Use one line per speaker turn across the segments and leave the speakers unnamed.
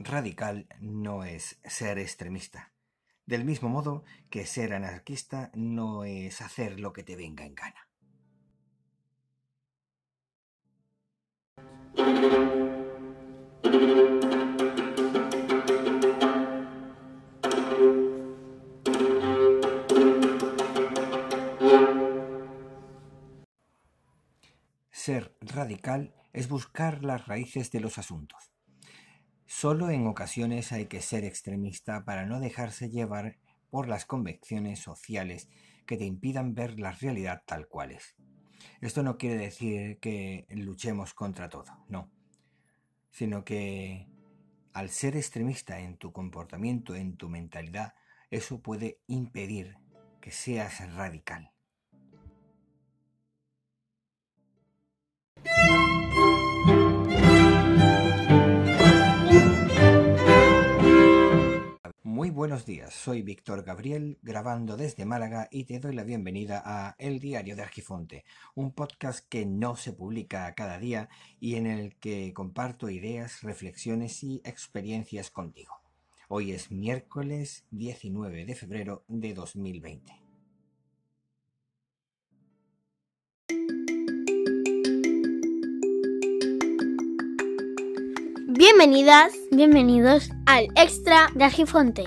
radical no es ser extremista, del mismo modo que ser anarquista no es hacer lo que te venga en gana. Ser radical es buscar las raíces de los asuntos. Solo en ocasiones hay que ser extremista para no dejarse llevar por las convicciones sociales que te impidan ver la realidad tal cual es. Esto no quiere decir que luchemos contra todo, no, sino que al ser extremista en tu comportamiento, en tu mentalidad, eso puede impedir que seas radical. Muy buenos días, soy Víctor Gabriel, grabando desde Málaga y te doy la bienvenida a El Diario de Argifonte, un podcast que no se publica cada día y en el que comparto ideas, reflexiones y experiencias contigo. Hoy es miércoles 19 de febrero de 2020.
Bienvenidas, bienvenidos al Extra de Argifonte.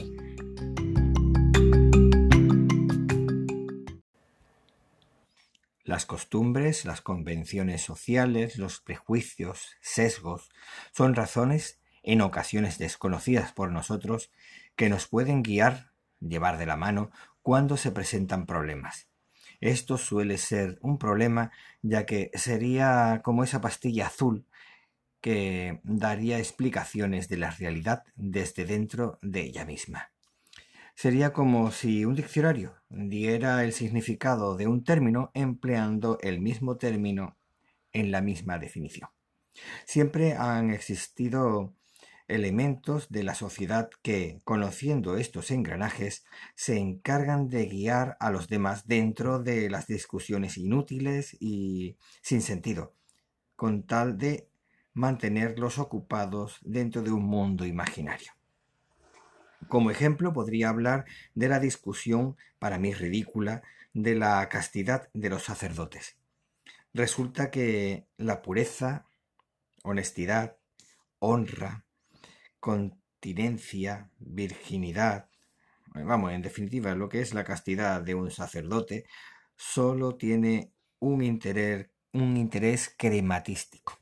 Las costumbres, las convenciones sociales, los prejuicios, sesgos, son razones, en ocasiones desconocidas por nosotros, que nos pueden guiar, llevar de la mano, cuando se presentan problemas. Esto suele ser un problema, ya que sería como esa pastilla azul que daría explicaciones de la realidad desde dentro de ella misma. Sería como si un diccionario diera el significado de un término empleando el mismo término en la misma definición. Siempre han existido elementos de la sociedad que, conociendo estos engranajes, se encargan de guiar a los demás dentro de las discusiones inútiles y sin sentido, con tal de mantenerlos ocupados dentro de un mundo imaginario. Como ejemplo, podría hablar de la discusión, para mí ridícula, de la castidad de los sacerdotes. Resulta que la pureza, honestidad, honra, continencia, virginidad, en definitiva, lo que es la castidad de un sacerdote, solo tiene un interés crematístico.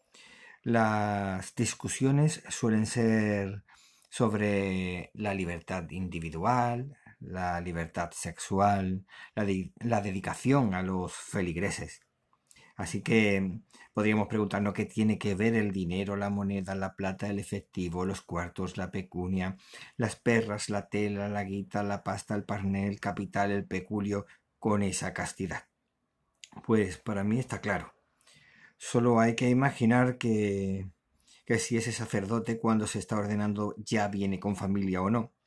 Las discusiones suelen ser sobre la libertad individual, la libertad sexual, la dedicación a los feligreses. Así que podríamos preguntarnos qué tiene que ver el dinero, la moneda, la plata, el efectivo, los cuartos, la pecunia, las perras, la tela, la guita, la pasta, el parné, el capital, el peculio, con esa castidad. Pues para mí está claro. Solo hay que imaginar que si ese sacerdote cuando se está ordenando ya viene con familia o no.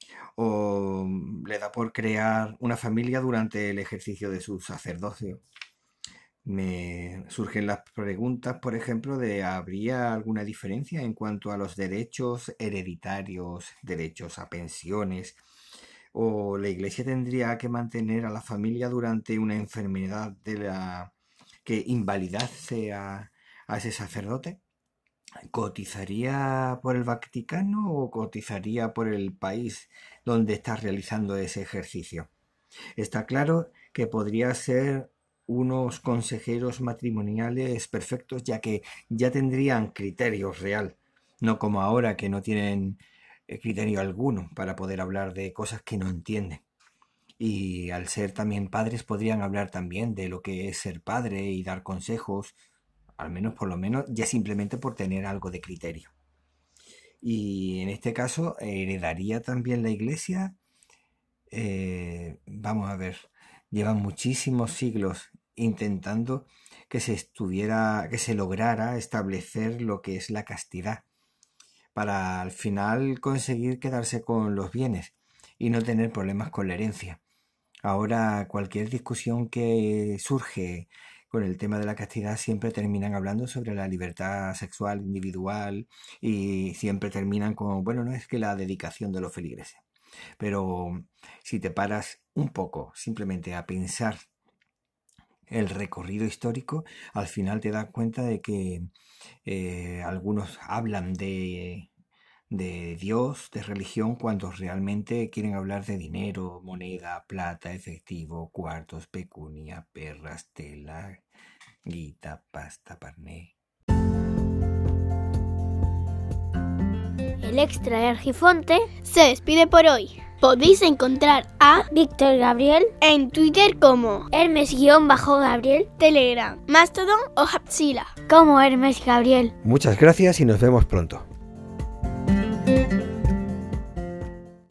O le da por crear una familia durante el ejercicio de su sacerdocio. Me surgen las preguntas, por ejemplo, de ¿habría alguna diferencia en cuanto a los derechos hereditarios, derechos a pensiones? ¿O la Iglesia tendría que mantener a la familia durante una enfermedad de la que invalidase a ese sacerdote? ¿Cotizaría por el Vaticano o cotizaría por el país donde está realizando ese ejercicio? Está claro que podría ser unos consejeros matrimoniales perfectos, ya que ya tendrían criterio real, no como ahora que no tienen criterio alguno para poder hablar de cosas que no entienden. Y al ser también padres podrían hablar también de lo que es ser padre y dar consejos, al menos por lo menos ya simplemente por tener algo de criterio. Y en este caso, ¿heredaría también la Iglesia? Vamos a ver, llevan muchísimos siglos intentando que se lograra establecer lo que es la castidad, para al final conseguir quedarse con los bienes y no tener problemas con la herencia. Ahora cualquier discusión que surge con el tema de la castidad siempre terminan hablando sobre la libertad sexual individual y siempre terminan con, bueno, no es que la dedicación de los feligreses. Pero si te paras un poco simplemente a pensar el recorrido histórico, al final te das cuenta de que algunos hablan de Dios, de religión, cuando realmente quieren hablar de dinero, moneda, plata, efectivo, cuartos, pecunia, perras, tela, guita, pasta, parné.
El Extra de Argifonte se despide por hoy. Podéis encontrar a Víctor Gabriel en Twitter como Hermes-Gabriel, Telegram, Mastodon o Hapsila como Hermes Gabriel.
Muchas gracias y nos vemos pronto.